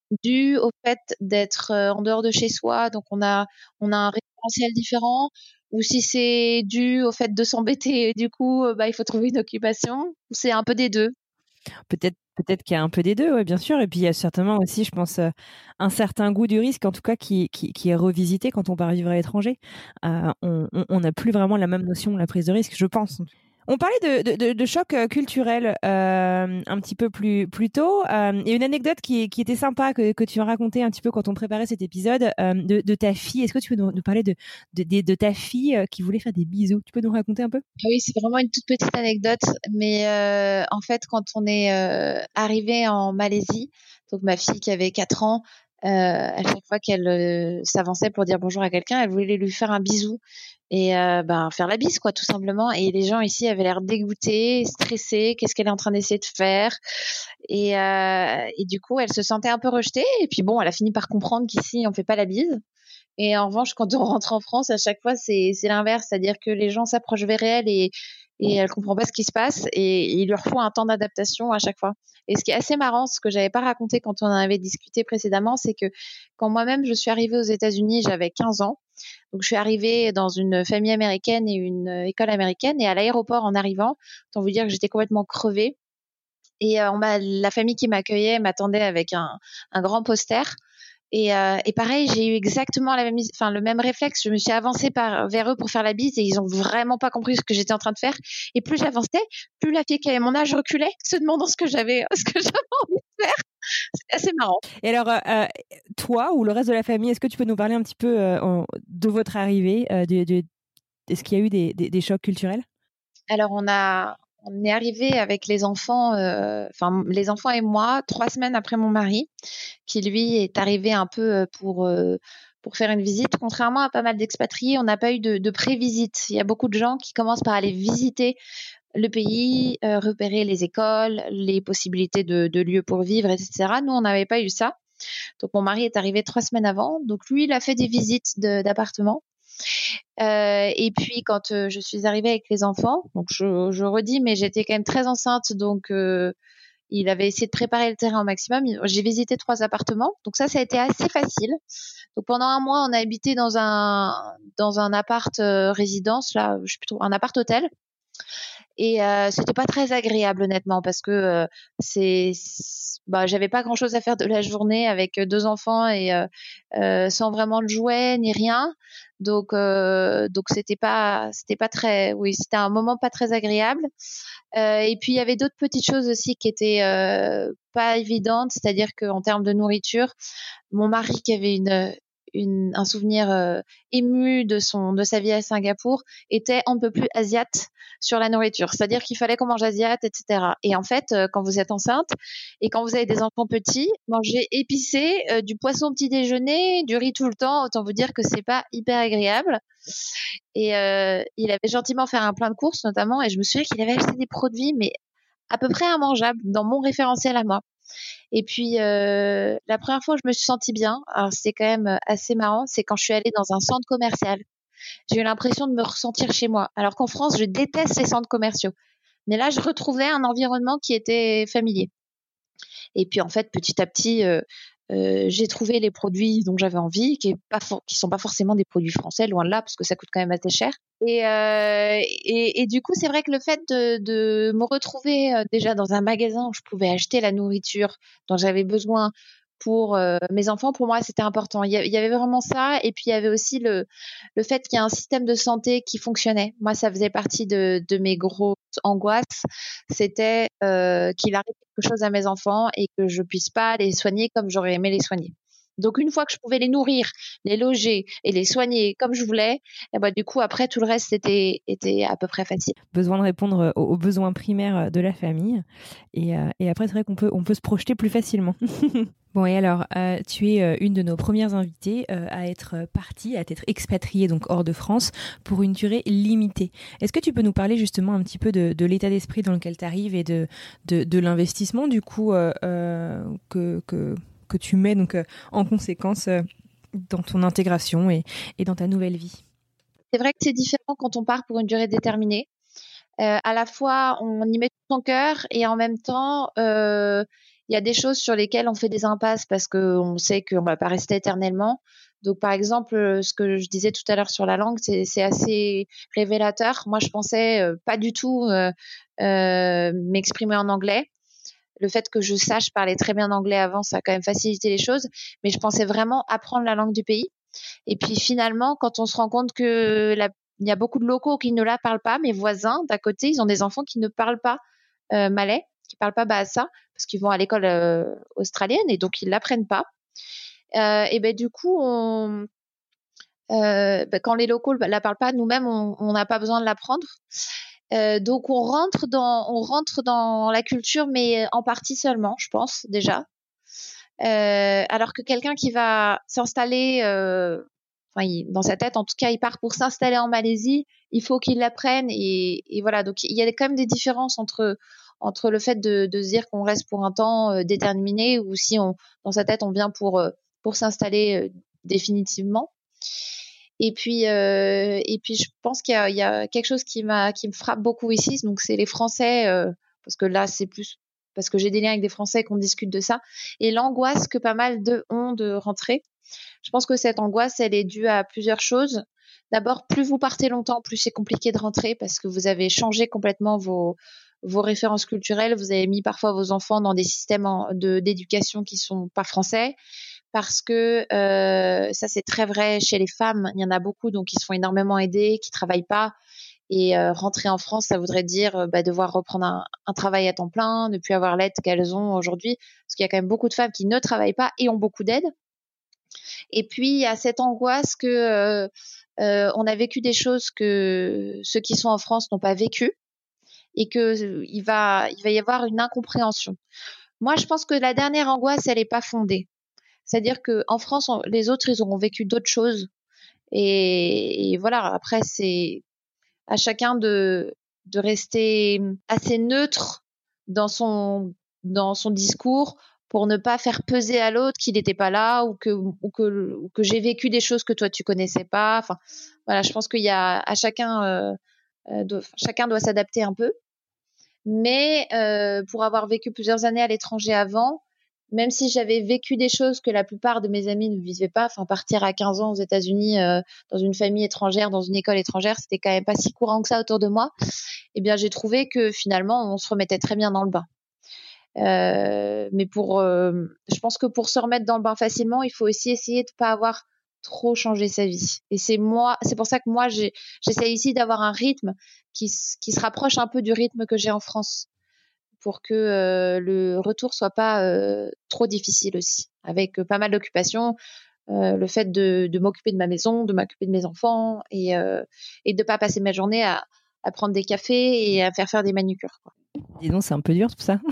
dû au fait d'être euh, en dehors de chez soi, donc on a, on a un référentiel différent, ou si c'est dû au fait de s'embêter et du coup, euh, bah, il faut trouver une occupation, ou c'est un peu des deux. Peut-être peut-être qu'il y a un peu des deux, ouais, bien sûr. Et puis il y a certainement aussi, je pense, euh, un certain goût du risque, en tout cas, qui, qui, qui est revisité quand on part vivre à l'étranger. Euh, on n'a plus vraiment la même notion de la prise de risque, je pense. On parlait de, de, de choc culturel euh, un petit peu plus, plus tôt. Euh, et une anecdote qui, qui était sympa, que, que tu as raconté un petit peu quand on préparait cet épisode, euh, de, de ta fille. Est-ce que tu peux nous, nous parler de, de, de, de ta fille qui voulait faire des bisous? Tu peux nous raconter un peu? Oui, c'est vraiment une toute petite anecdote, mais euh, en fait, quand on est euh, arrivé en Malaisie, donc ma fille qui avait quatre ans, euh, à chaque fois qu'elle euh, s'avançait pour dire bonjour à quelqu'un, elle voulait lui faire un bisou et euh, ben faire la bise quoi, tout simplement. Et les gens ici avaient l'air dégoûtés, stressés. Qu'est-ce qu'elle est en train d'essayer de faire? Et, euh, et du coup, elle se sentait un peu rejetée. Et puis bon, elle a fini par comprendre qu'ici on fait pas la bise. Et en revanche, quand on rentre en France, à chaque fois, c'est, c'est l'inverse. C'est-à-dire que les gens s'approchent vers elle et, et elle comprend pas ce qui se passe et, et il leur faut un temps d'adaptation à chaque fois. Et ce qui est assez marrant, ce que j'avais pas raconté quand on en avait discuté précédemment, c'est que quand moi-même je suis arrivée aux États-Unis, j'avais quinze ans. Donc je suis arrivée dans une famille américaine et une école américaine. Et à l'aéroport, en arrivant, autant vous dire que j'étais complètement crevée. Et euh, on m'a, la famille qui m'accueillait m'attendait avec un, un grand poster. Et, euh, et pareil, j'ai eu exactement la même, enfin le même réflexe. Je me suis avancée par, vers eux pour faire la bise et ils ont vraiment pas compris ce que j'étais en train de faire. Et plus j'avançais, plus la fille qui avait mon âge reculait, se demandant ce que j'avais, ce que j'avais envie de faire. C'est assez marrant. Et alors, euh, toi ou le reste de la famille, est-ce que tu peux nous parler un petit peu euh, de votre arrivée euh, de, de, Est-ce qu'il y a eu des, des, des chocs culturels? Alors on a, on est arrivé avec les enfants, euh, enfin les enfants et moi, trois semaines après mon mari, qui lui est arrivé un peu pour euh, pour faire une visite. Contrairement à pas mal d'expatriés, on n'a pas eu de, de pré-visite. Il y a beaucoup de gens qui commencent par aller visiter le pays, euh, repérer les écoles, les possibilités de, de lieux pour vivre, et cetera. Nous, on n'avait pas eu ça. Donc mon mari est arrivé trois semaines avant. Donc lui, il a fait des visites de, d'appartements. Euh, et puis quand euh, je suis arrivée avec les enfants, donc je, je redis, mais j'étais quand même très enceinte, donc euh, il avait essayé de préparer le terrain au maximum. J'ai visité trois appartements, donc ça, ça a été assez facile. Donc pendant un mois, on a habité dans un dans un appart euh, résidence, là, je sais plus trop, un appart hôtel. Et euh, c'était pas très agréable honnêtement parce que euh, c'est, bah j'avais pas grand chose à faire de la journée avec deux enfants et euh, euh, sans vraiment de jouets ni rien. Donc euh, donc c'était pas c'était pas très oui c'était un moment pas très agréable. Euh, et puis il y avait d'autres petites choses aussi qui étaient euh, pas évidentes, c'est-à-dire qu'en termes de nourriture, mon mari qui avait une une, un souvenir euh, ému de son de sa vie à Singapour était un peu plus asiate sur la nourriture, c'est-à-dire qu'il fallait qu'on mange asiate, et cetera. Et en fait, euh, quand vous êtes enceinte et quand vous avez des enfants petits, manger épicé, euh, du poisson au petit déjeuner, du riz tout le temps, autant vous dire que c'est pas hyper agréable. Et euh, il avait gentiment fait un plein de courses notamment, et je me souviens qu'il avait acheté des produits mais à peu près immangeables dans mon référentiel à moi. Et puis, euh, la première fois où je me suis sentie bien, alors c'est quand même assez marrant, c'est quand je suis allée dans un centre commercial. J'ai eu l'impression de me ressentir chez moi. Alors qu'en France, je déteste les centres commerciaux. Mais là, je retrouvais un environnement qui était familier. Et puis, en fait, petit à petit, euh, euh, j'ai trouvé les produits dont j'avais envie, qui ne for- sont pas forcément des produits français, loin de là, parce que ça coûte quand même assez cher. Et, euh, et, et du coup, c'est vrai que le fait de, de me retrouver euh, déjà dans un magasin où je pouvais acheter la nourriture dont j'avais besoin pour euh, mes enfants, pour moi, c'était important. Il y, a, il y avait vraiment ça. Et puis, il y avait aussi le, le fait qu'il y ait un système de santé qui fonctionnait. Moi, ça faisait partie de, de mes grosses angoisses. C'était euh, qu'il arrive quelque chose à mes enfants et que je puisse pas les soigner comme j'aurais aimé les soigner. Donc, une fois que je pouvais les nourrir, les loger et les soigner comme je voulais, et bah, du coup, après, tout le reste était, était à peu près facile. Besoin de répondre aux, aux besoins primaires de la famille. Et, euh, et après, c'est vrai qu'on peut, on peut se projeter plus facilement. Bon, et alors, euh, tu es euh, une de nos premières invitées euh, à être partie, à être expatriée, donc hors de France, pour une durée limitée. Est-ce que tu peux nous parler justement un petit peu de, de l'état d'esprit dans lequel tu arrives et de, de, de l'investissement, du coup, euh, euh, que... que que tu mets donc euh, en conséquence euh, dans ton intégration et, et dans ta nouvelle vie? C'est vrai que c'est différent quand on part pour une durée déterminée. Euh, à la fois, on y met tout son cœur et en même temps, euh, il y a des choses sur lesquelles on fait des impasses parce qu'on sait qu'on ne va pas rester éternellement. Donc, par exemple, ce que je disais tout à l'heure sur la langue, c'est, c'est assez révélateur. Moi, je pensais euh, pas du tout euh, euh, m'exprimer en anglais. Le fait que je sache parler très bien anglais avant, ça a quand même facilité les choses. Mais je pensais vraiment apprendre la langue du pays. Et puis finalement, quand on se rend compte que la, il y a beaucoup de locaux qui ne la parlent pas, mes voisins d'à côté, ils ont des enfants qui ne parlent pas euh, malais, qui parlent pas bahasa, parce qu'ils vont à l'école euh, australienne et donc ils l'apprennent pas. Euh, et ben du coup, on, euh, ben, quand les locaux la parlent pas, nous-mêmes, on n'a pas besoin de l'apprendre. Euh, donc on rentre dans on rentre dans la culture, mais en partie seulement, je pense déjà. Euh, alors que quelqu'un qui va s'installer, euh, enfin, il, dans sa tête, en tout cas, il part pour s'installer en Malaisie, il faut qu'il l'apprenne et, et voilà. Donc il y a quand même des différences entre entre le fait de, de se dire qu'on reste pour un temps euh, déterminé ou si on dans sa tête on vient pour euh, pour s'installer euh, définitivement. Et puis, euh, et puis, je pense qu'il y a, il y a quelque chose qui m'a, qui me frappe beaucoup ici. Donc, c'est les Français, euh, parce que là, c'est plus parce que j'ai des liens avec des Français qu'on discute de ça. Et l'angoisse que pas mal d'eux ont de rentrer. Je pense que cette angoisse, elle est due à plusieurs choses. D'abord, plus vous partez longtemps, plus c'est compliqué de rentrer parce que vous avez changé complètement vos, vos références culturelles. Vous avez mis parfois vos enfants dans des systèmes en, de, d'éducation qui sont pas français. Parce que euh, ça, c'est très vrai chez les femmes. Il y en a beaucoup donc qui se font énormément aider, qui travaillent pas. Et euh, rentrer en France, ça voudrait dire euh, bah, devoir reprendre un, un travail à temps plein, ne plus avoir l'aide qu'elles ont aujourd'hui. Parce qu'il y a quand même beaucoup de femmes qui ne travaillent pas et ont beaucoup d'aide. Et puis, il y a cette angoisse que euh, euh, on a vécu des choses que ceux qui sont en France n'ont pas vécues et que euh, il va, il va y avoir une incompréhension. Moi, je pense que la dernière angoisse, elle n'est pas fondée. C'est-à-dire qu'en France, on, les autres, ils auront vécu d'autres choses. Et, et voilà, après, c'est à chacun de, de rester assez neutre dans son, dans son discours pour ne pas faire peser à l'autre qu'il n'était pas là ou que, ou, que, ou que j'ai vécu des choses que toi, tu connaissais pas. Enfin, voilà, je pense qu'il y a à chacun, euh, euh, de, chacun doit s'adapter un peu. Mais euh, pour avoir vécu plusieurs années à l'étranger avant, même si j'avais vécu des choses que la plupart de mes amis ne vivaient pas, enfin partir à quinze ans aux États-Unis euh, dans une famille étrangère, dans une école étrangère, c'était quand même pas si courant que ça autour de moi. Eh bien, j'ai trouvé que finalement, on se remettait très bien dans le bain. Euh, mais pour, euh, je pense que pour se remettre dans le bain facilement, il faut aussi essayer de pas avoir trop changé sa vie. Et c'est moi, c'est pour ça que moi, j'ai, j'essaie ici d'avoir un rythme qui, qui se rapproche un peu du rythme que j'ai en France, pour que euh, le retour soit pas euh, trop difficile aussi, avec euh, pas mal d'occupations, euh, le fait de, de m'occuper de ma maison, de m'occuper de mes enfants et, euh, et de pas passer ma journée à, à prendre des cafés et à faire faire des manucures, quoi. Dis donc, c'est un peu dur tout ça.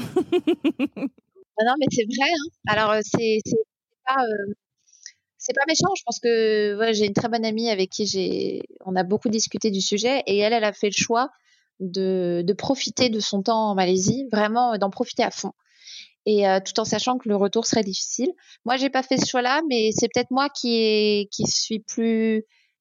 Ah non, mais c'est vrai. Hein. Alors, euh, c'est, c'est pas... Euh, c'est pas méchant, je pense que ouais, j'ai une très bonne amie avec qui j'ai, on a beaucoup discuté du sujet et elle, elle a fait le choix de, de profiter de son temps en Malaisie, vraiment d'en profiter à fond. Et euh, tout en sachant que le retour serait difficile. Moi, j'ai pas fait ce choix-là, mais c'est peut-être moi qui est, qui suis plus,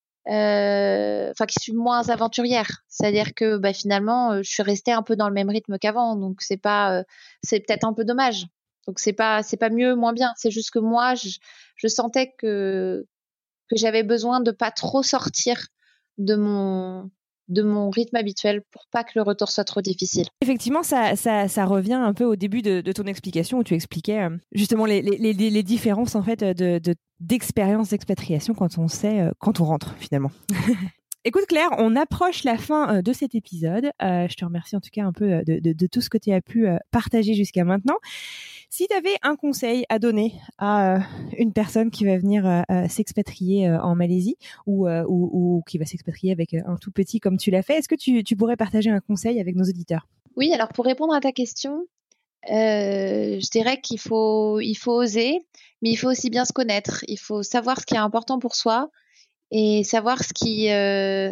euh, enfin qui suis moins aventurière. C'est-à-dire que bah, finalement, je suis restée un peu dans le même rythme qu'avant, donc c'est pas, euh, c'est peut-être un peu dommage. Donc c'est pas, c'est pas mieux, moins bien. C'est juste que moi, je, je sentais que que j'avais besoin de pas trop sortir de mon de mon rythme habituel pour pas que le retour soit trop difficile. Effectivement, ça, ça, ça revient un peu au début de, de ton explication où tu expliquais euh, justement les, les, les, les différences en fait de, de, d'expérience d'expatriation quand on sait, euh, quand on rentre finalement. Écoute Claire, on approche la fin de cet épisode. Euh, je te remercie en tout cas un peu de, de, de tout ce que tu as pu partager jusqu'à maintenant. Si tu avais un conseil à donner à euh, une personne qui va venir euh, s'expatrier euh, en Malaisie ou, euh, ou, ou qui va s'expatrier avec un tout petit comme tu l'as fait, est-ce que tu, tu pourrais partager un conseil avec nos auditeurs? Oui, alors pour répondre à ta question, euh, je dirais qu'il faut, il faut oser, mais il faut aussi bien se connaître. Il faut savoir ce qui est important pour soi et savoir ce qui, euh,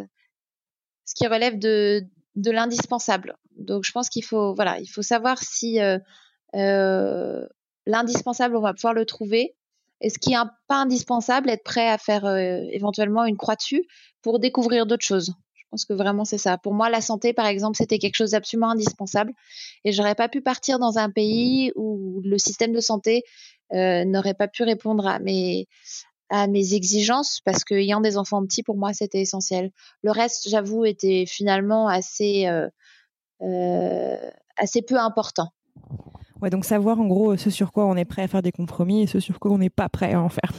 ce qui relève de, de l'indispensable. Donc je pense qu'il faut, voilà, il faut savoir si euh, Euh, l'indispensable, on va pouvoir le trouver. Et ce qui est un, pas indispensable, être prêt à faire euh, éventuellement une croix dessus pour découvrir d'autres choses. Je pense que vraiment c'est ça. Pour moi, la santé, par exemple, c'était quelque chose d'absolument indispensable. Et j'aurais pas pu partir dans un pays où le système de santé euh, n'aurait pas pu répondre à mes à mes exigences, parce que ayant des enfants petits, pour moi, c'était essentiel. Le reste, j'avoue, était finalement assez euh, euh, assez peu important. Ouais, donc savoir en gros ce sur quoi on est prêt à faire des compromis et ce sur quoi on n'est pas prêt à en faire.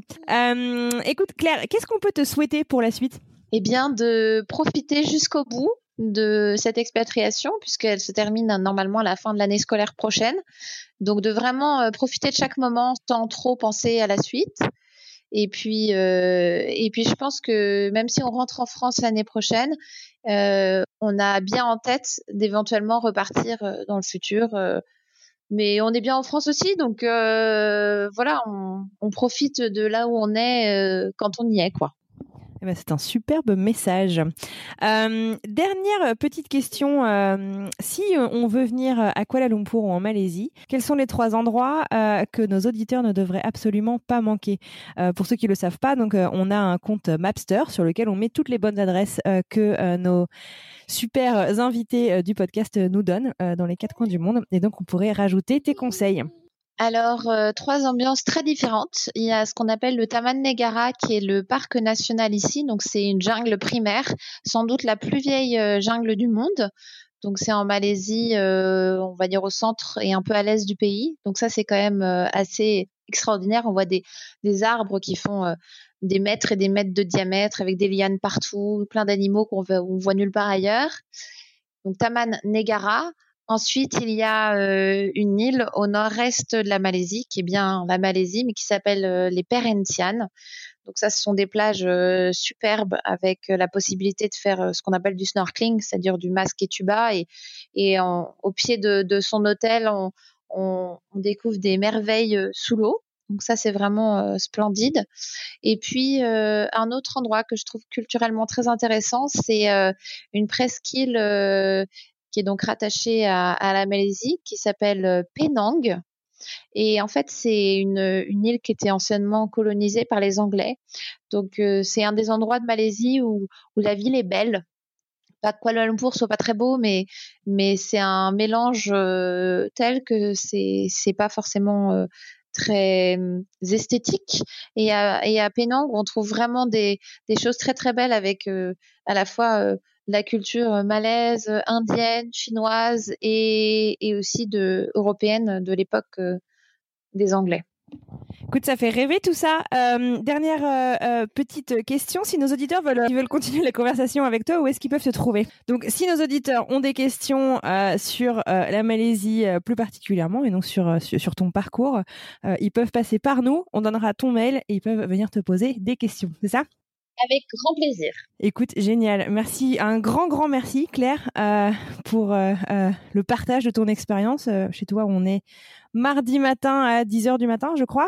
euh, écoute Claire, qu'est-ce qu'on peut te souhaiter pour la suite? Eh bien, de profiter jusqu'au bout de cette expatriation, puisqu'elle se termine normalement à la fin de l'année scolaire prochaine. Donc, de vraiment euh, profiter de chaque moment sans trop penser à la suite. Et puis, euh, et puis, je pense que même si on rentre en France l'année prochaine, euh, on a bien en tête d'éventuellement repartir dans le futur. Euh, mais on est bien en France aussi, donc euh, voilà, on, on profite de là où on est euh, quand on y est, quoi. Eh ben, c'est un superbe message. Euh, dernière petite question. Euh, si on veut venir à Kuala Lumpur ou en Malaisie, quels sont les trois endroits euh, que nos auditeurs ne devraient absolument pas manquer? euh, Pour ceux qui ne le savent pas, donc, euh, on a un compte Mapster sur lequel on met toutes les bonnes adresses euh, que euh, nos super invités euh, du podcast nous donnent euh, dans les quatre coins du monde. Et donc, on pourrait rajouter tes conseils. Alors, euh, trois ambiances très différentes. Il y a ce qu'on appelle le Taman Negara, qui est le parc national ici. Donc, c'est une jungle primaire, sans doute la plus vieille euh, jungle du monde. Donc, c'est en Malaisie, euh, on va dire au centre et un peu à l'est du pays. Donc, ça, c'est quand même euh, assez extraordinaire. On voit des, des arbres qui font euh, des mètres et des mètres de diamètre, avec des lianes partout, plein d'animaux qu'on voit, on voit nulle part ailleurs. Donc, Taman Negara. Ensuite, il y a euh, une île au nord-est de la Malaisie, qui est bien la Malaisie, mais qui s'appelle euh, les Perhentian. Donc ça, ce sont des plages euh, superbes avec euh, la possibilité de faire euh, ce qu'on appelle du snorkeling, c'est-à-dire du masque et tuba. Et, et en, au pied de, de son hôtel, on, on, on découvre des merveilles euh, sous l'eau. Donc ça, c'est vraiment euh, splendide. Et puis, euh, un autre endroit que je trouve culturellement très intéressant, c'est euh, une presqu'île euh, qui est donc rattachée à, à la Malaisie, qui s'appelle Penang. Et en fait, c'est une, une île qui était anciennement colonisée par les Anglais. Donc, euh, c'est un des endroits de Malaisie où, où la ville est belle. Pas que Kuala Lumpur soit pas très beau, mais, mais c'est un mélange euh, tel que c'est, c'est pas forcément euh, très euh, esthétique. Et à, et à Penang, on trouve vraiment des, des choses très très belles avec euh, à la fois euh, la culture malaise, indienne, chinoise et, et aussi de, européenne de l'époque euh, des Anglais. Écoute, ça fait rêver tout ça. Euh, dernière euh, euh, petite question, si nos auditeurs veulent, ils veulent continuer la conversation avec toi, où est-ce qu'ils peuvent te trouver? Donc, si nos auditeurs ont des questions euh, sur euh, la Malaisie euh, plus particulièrement, et donc sur, sur, sur ton parcours, euh, ils peuvent passer par nous, on donnera ton mail et ils peuvent venir te poser des questions, c'est ça? Avec grand plaisir. Écoute, génial. Merci, un grand, grand merci, Claire, euh, pour euh, euh, le partage de ton expérience. Euh, chez toi, on est mardi matin à dix heures du matin, je crois.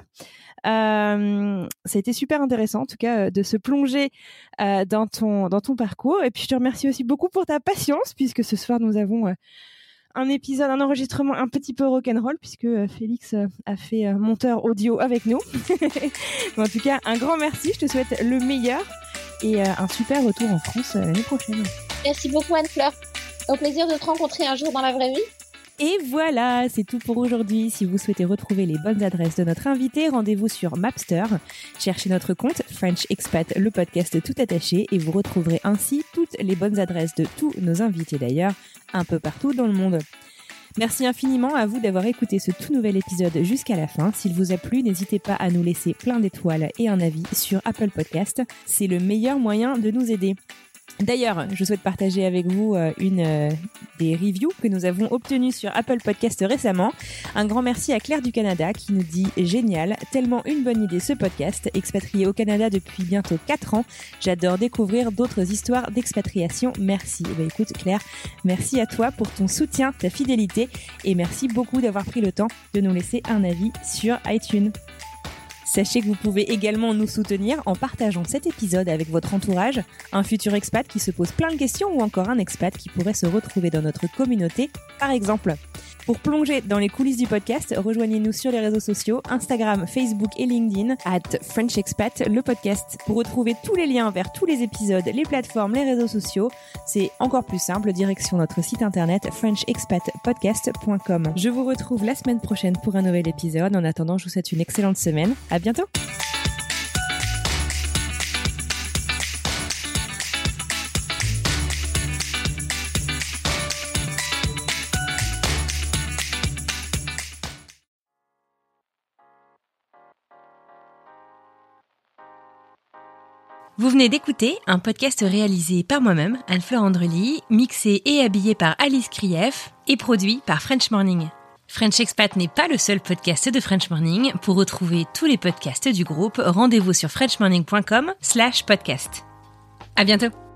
Euh, ça a été super intéressant, en tout cas, de se plonger euh, dans ton, dans ton parcours. Et puis, je te remercie aussi beaucoup pour ta patience, puisque ce soir, nous avons... Euh, un épisode, un enregistrement un petit peu rock'n'roll, puisque Félix a fait monteur audio avec nous. En tout cas, un grand merci, je te souhaite le meilleur et un super retour en France l'année prochaine. Merci beaucoup Anne-Fleur, au plaisir de te rencontrer un jour dans la vraie vie. Et voilà, c'est tout pour aujourd'hui. Si vous souhaitez retrouver les bonnes adresses de notre invité, rendez-vous sur Mapster. Cherchez notre compte French Expat, le podcast tout attaché, et vous retrouverez ainsi toutes les bonnes adresses de tous nos invités d'ailleurs, un peu partout dans le monde. Merci infiniment à vous d'avoir écouté ce tout nouvel épisode jusqu'à la fin. S'il vous a plu, n'hésitez pas à nous laisser plein d'étoiles et un avis sur Apple Podcast. C'est le meilleur moyen de nous aider. D'ailleurs, je souhaite partager avec vous euh, une euh, des reviews que nous avons obtenues sur Apple Podcast récemment. Un grand merci à Claire du Canada qui nous dit « Génial, tellement une bonne idée ce podcast. Expatriée au Canada depuis bientôt quatre ans, j'adore découvrir d'autres histoires d'expatriation. Merci. » Eh bien, écoute Claire, merci à toi pour ton soutien, ta fidélité et merci beaucoup d'avoir pris le temps de nous laisser un avis sur iTunes. Sachez que vous pouvez également nous soutenir en partageant cet épisode avec votre entourage, un futur expat qui se pose plein de questions ou encore un expat qui pourrait se retrouver dans notre communauté, par exemple. Pour plonger dans les coulisses du podcast, rejoignez-nous sur les réseaux sociaux, Instagram, Facebook et LinkedIn, at French Expat, le podcast. Pour retrouver tous les liens vers tous les épisodes, les plateformes, les réseaux sociaux, c'est encore plus simple, direction notre site internet french expat podcast point com. Je vous retrouve la semaine prochaine pour un nouvel épisode. En attendant, je vous souhaite une excellente semaine. À bientôt! Vous venez d'écouter un podcast réalisé par moi-même, Anne-Fleur Andrely, mixé et habillé par Alice Krief et produit par French Morning. French Expat n'est pas le seul podcast de French Morning. Pour retrouver tous les podcasts du groupe, rendez-vous sur french morning point com slash podcast. À bientôt!